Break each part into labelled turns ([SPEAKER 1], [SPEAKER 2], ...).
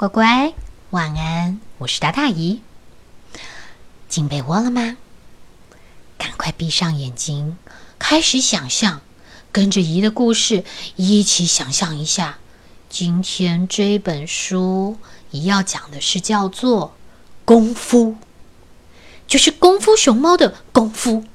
[SPEAKER 1] 乖乖，晚安，我是大大姨。进被窝了吗？赶快闭上眼睛，开始想象，跟着姨的故事一起想象一下。今天这本书姨要讲的是叫做功夫，就是功夫熊猫的功夫。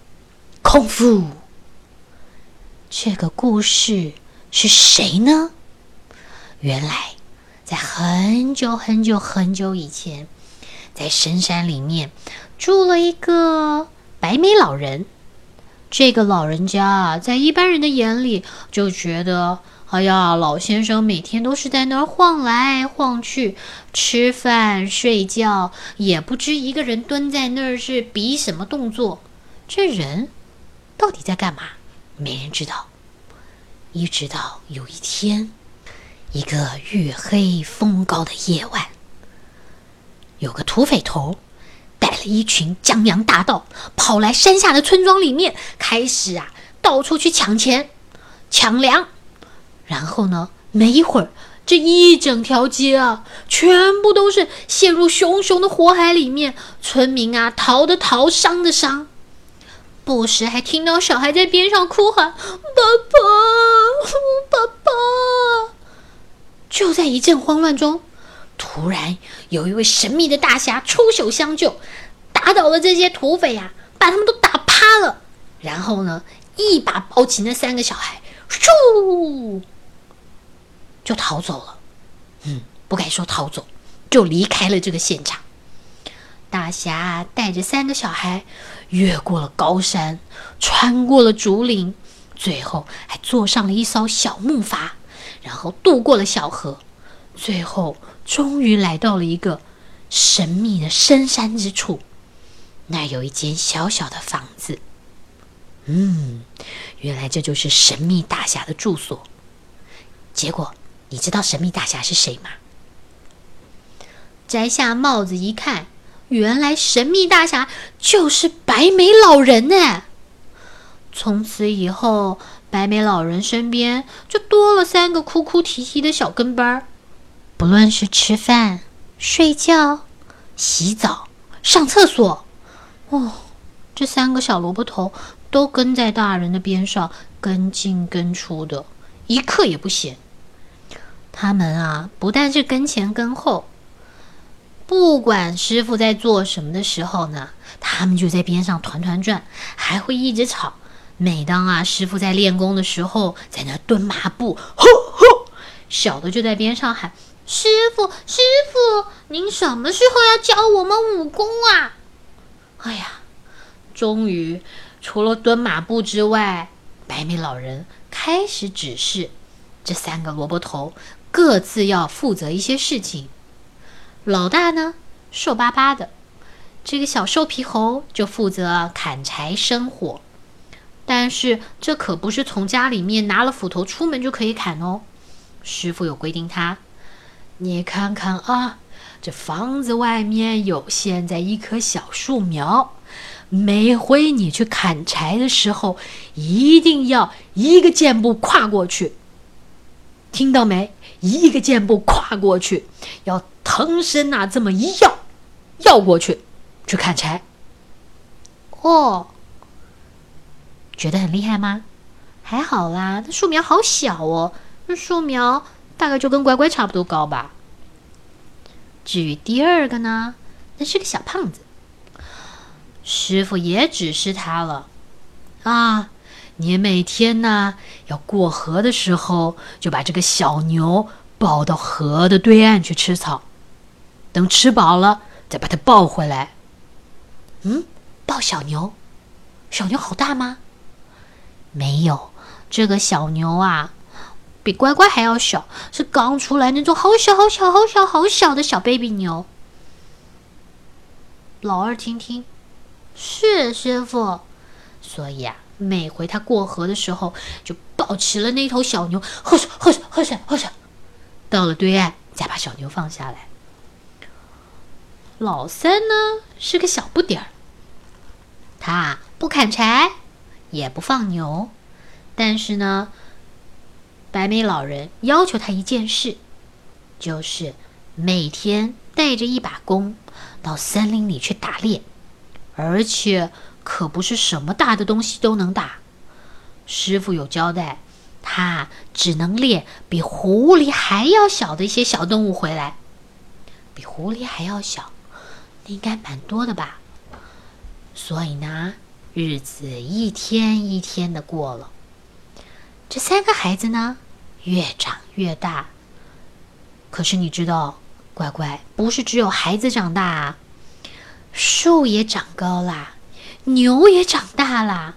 [SPEAKER 1] 这个故事是谁呢？原来在很久以前，在深山里面住了一个白眉老人。这个老人家在一般人的眼里就觉得，哎呀，老先生每天都是在那儿晃来晃去，吃饭睡觉，也不知一个人蹲在那儿是比什么动作。这人到底在干嘛？没人知道。一直到有一天，一个月黑风高的夜晚，有个土匪头带了一群江洋大盗跑来山下的村庄里面，开始到处去抢钱抢粮。然后呢，没一会儿，这一整条街全部都是陷入熊熊的火海里面，村民逃的逃，伤的伤，不时还听到小孩在边上哭喊：“爸爸，爸爸！”就在一阵慌乱中，突然有一位神秘的大侠出手相救，打倒了这些土匪把他们都打趴了。然后呢，一把抱起那3个小孩，咻，就逃走了。不该说逃走，就离开了这个现场。大侠带着3个小孩越过了高山，穿过了竹林，最后还坐上了一艘小木筏，然后渡过了小河，最后终于来到了一个神秘的深山之处。那有一间小小的房子。原来这就是神秘大侠的住所。结果你知道神秘大侠是谁吗？摘下帽子一看，原来神秘大侠就是白眉老人呢。从此以后，白眉老人身边就多了3个哭哭啼啼的小跟班，不论是吃饭、睡觉、洗澡、上厕所，这3个小萝卜头都跟在大人的边上，跟进跟出的，一刻也不闲。他们不但是跟前跟后，不管师傅在做什么的时候呢，他们就在边上团团转，还会一直吵。每当师傅在练功的时候，在那蹲马步，吼吼，小的就在边上喊：“师傅，您什么时候要教我们武功啊？”哎呀，终于除了蹲马步之外，白眉老人开始指示这3个萝卜头各自要负责一些事情。老大呢，瘦巴巴的，这个小瘦皮猴就负责砍柴生火。但是这可不是从家里面拿了斧头出门就可以砍哦。师傅有规定你看看这房子外面有现在一棵小树苗，每回你去砍柴的时候，一定要一个箭步跨过去，听到没？一个箭步跨过去，要腾身这么一绕过去砍柴。觉得很厉害吗？还好啦，那树苗好小哦，那树苗大概就跟乖乖差不多高吧。至于第2个呢，那是个小胖子。师傅也指示他了你每天要过河的时候，就把这个小牛抱到河的对岸去吃草，等吃饱了再把它抱回来。抱小牛？小牛好大吗？没有，这个小牛比乖乖还要小，是刚出来那种好小的小 baby 牛。老二听听，是师傅。所以每回他过河的时候，就抱起了那头小牛，喝下，到了对岸再把小牛放下来。老3呢，是个小不点儿，他不砍柴，也不放牛，但是呢，白眉老人要求他一件事，就是每天带着一把弓到森林里去打猎，而且可不是什么大的东西都能打。师傅有交代，他只能猎比狐狸还要小的一些小动物回来。比狐狸还要小，那应该蛮多的吧？所以呢，日子一天一天的过了。这3个孩子呢，越长越大。可是你知道，乖乖，不是只有孩子长大啊，树也长高啦，牛也长大啦。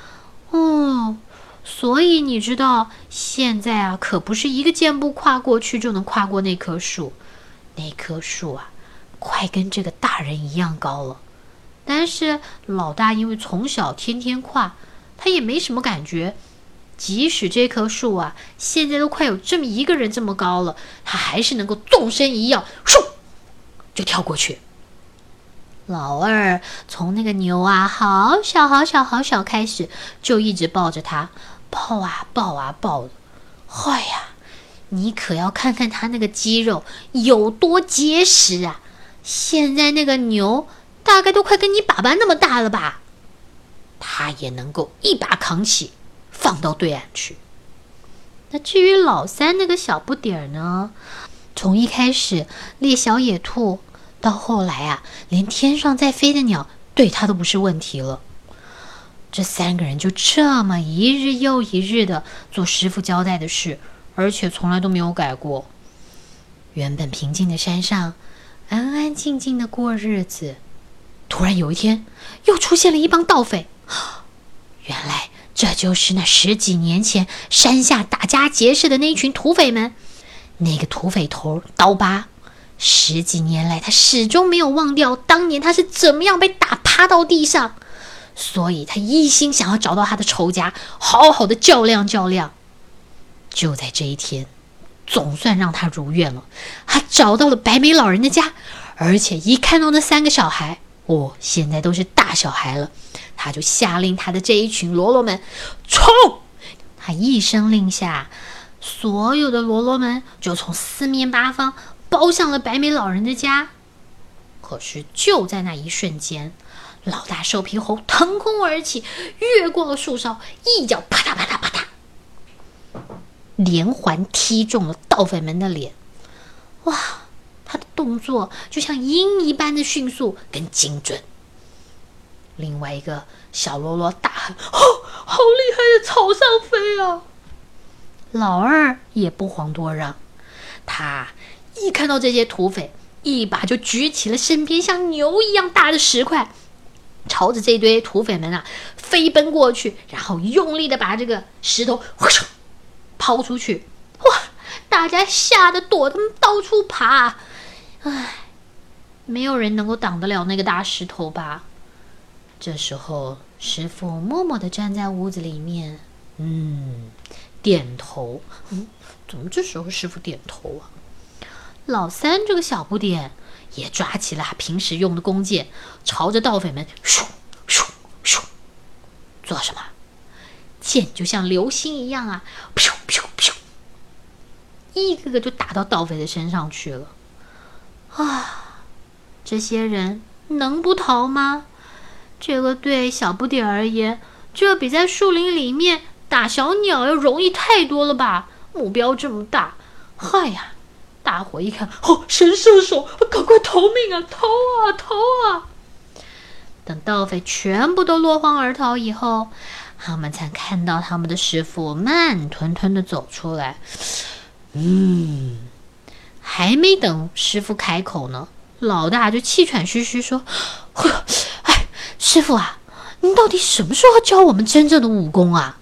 [SPEAKER 1] 所以你知道，现在啊，可不是一个箭步跨过去就能跨过那棵树。那棵树啊，快跟这个大人一样高了。但是老大因为从小天天跨，他也没什么感觉。即使这棵树啊，现在都快有这么一个人这么高了，他还是能够纵身一跃，嗖就跳过去。老二从那个牛啊，好小好小好小开始，就一直抱着它，抱啊抱啊抱的。哎呀，你可要看看它那个肌肉有多结实啊！现在那个牛大概都快跟你爸爸那么大了吧？它也能够一把扛起，放到对岸去。那至于老三那个小不点儿呢，从一开始猎小野兔，到后来啊，连天上在飞的鸟对他都不是问题了。这3个人就这么一日又一日的做师傅交代的事，而且从来都没有改过。原本平静的山上，安安静静的过日子。突然有一天，又出现了一帮盗匪。原来这就是那10几年前山下打家劫舍的那一群土匪们。那个土匪头刀疤，10几年来他始终没有忘掉当年他是怎么样被打趴到地上，所以他一心想要找到他的仇家，好好的较量较量。就在这一天，总算让他如愿了，他找到了白眉老人的家，而且一看到那3个小孩，现在都是大小孩了，他就下令他的这一群罗罗们冲。他一声令下，所有的罗罗们就从四面八方包向了白眉老人的家。可是就在那一瞬间，老大瘦皮猴腾空而起，越过了树梢，一脚啪嗒啪嗒啪嗒，连环踢中了盗匪们的脸。哇，他的动作就像鹰一般的迅速跟精准。另外一个小罗罗大喊：好厉害的草上飞啊！老二也不遑多让，他一看到这些土匪，一把就举起了身边像牛一样大的石块，朝着这堆土匪们啊飞奔过去，然后用力的把这个石头抛出去。哇，大家吓得躲，他们到处爬。没有人能够挡得了那个大石头吧？这时候师傅默默地站在屋子里面，点头。怎么这时候师傅点头啊？老三这个小不点也抓起了他平时用的弓箭，朝着盗匪们咻咻咻。做什么？箭就像流星一样啊，咻咻咻，一个个就打到盗匪的身上去了。这些人能不逃吗？这个对小不点而言，这比在树林里面打小鸟要容易太多了吧？目标这么大，大伙一看，神射手，赶快逃命啊！逃啊逃啊！等盗匪全部都落荒而逃以后，他们才看到他们的师傅慢吞吞地走出来。还没等师傅开口呢，老大就气喘吁吁说：师傅啊，您到底什么时候教我们真正的武功啊？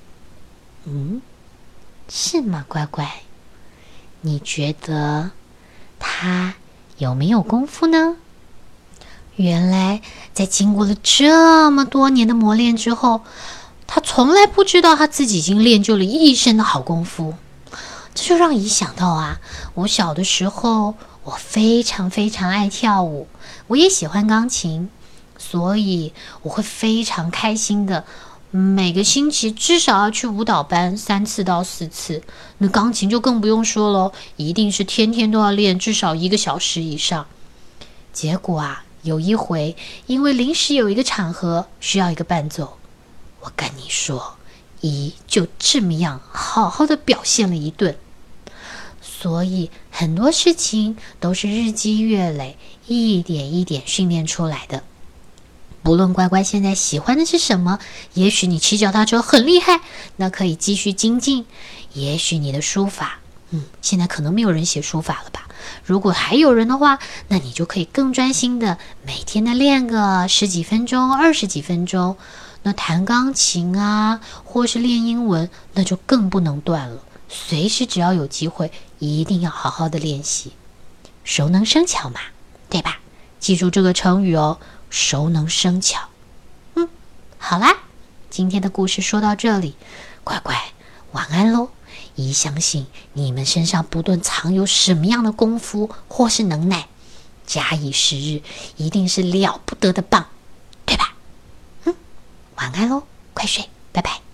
[SPEAKER 1] 是吗，乖乖？你觉得他有没有功夫呢？原来在经过了这么多年的磨练之后，他从来不知道他自己已经练就了一身的好功夫。这就让姨想到啊，我小的时候我非常非常爱跳舞，我也喜欢钢琴，所以我会非常开心的每个星期至少要去舞蹈班3次到4次，那钢琴就更不用说了，一定是天天都要练至少1个小时以上。结果啊，有一回因为临时有一个场合需要一个伴奏，我跟你说，姨就这么样好好的表现了一顿。所以很多事情都是日积月累，一点一点训练出来的。不论乖乖现在喜欢的是什么，也许你骑脚踏车很厉害，那可以继续精进。也许你的书法，现在可能没有人写书法了吧？如果还有人的话，那你就可以更专心的每天的练个10几分钟、20几分钟。那弹钢琴啊，或是练英文，那就更不能断了。随时只要有机会，一定要好好的练习。熟能生巧嘛，对吧？记住这个成语哦，熟能生巧。好啦，今天的故事说到这里，乖乖晚安咯。姨相信你们身上不论藏有什么样的功夫或是能耐，假以时日，一定是了不得的棒，对吧？晚安咯，快睡，拜拜。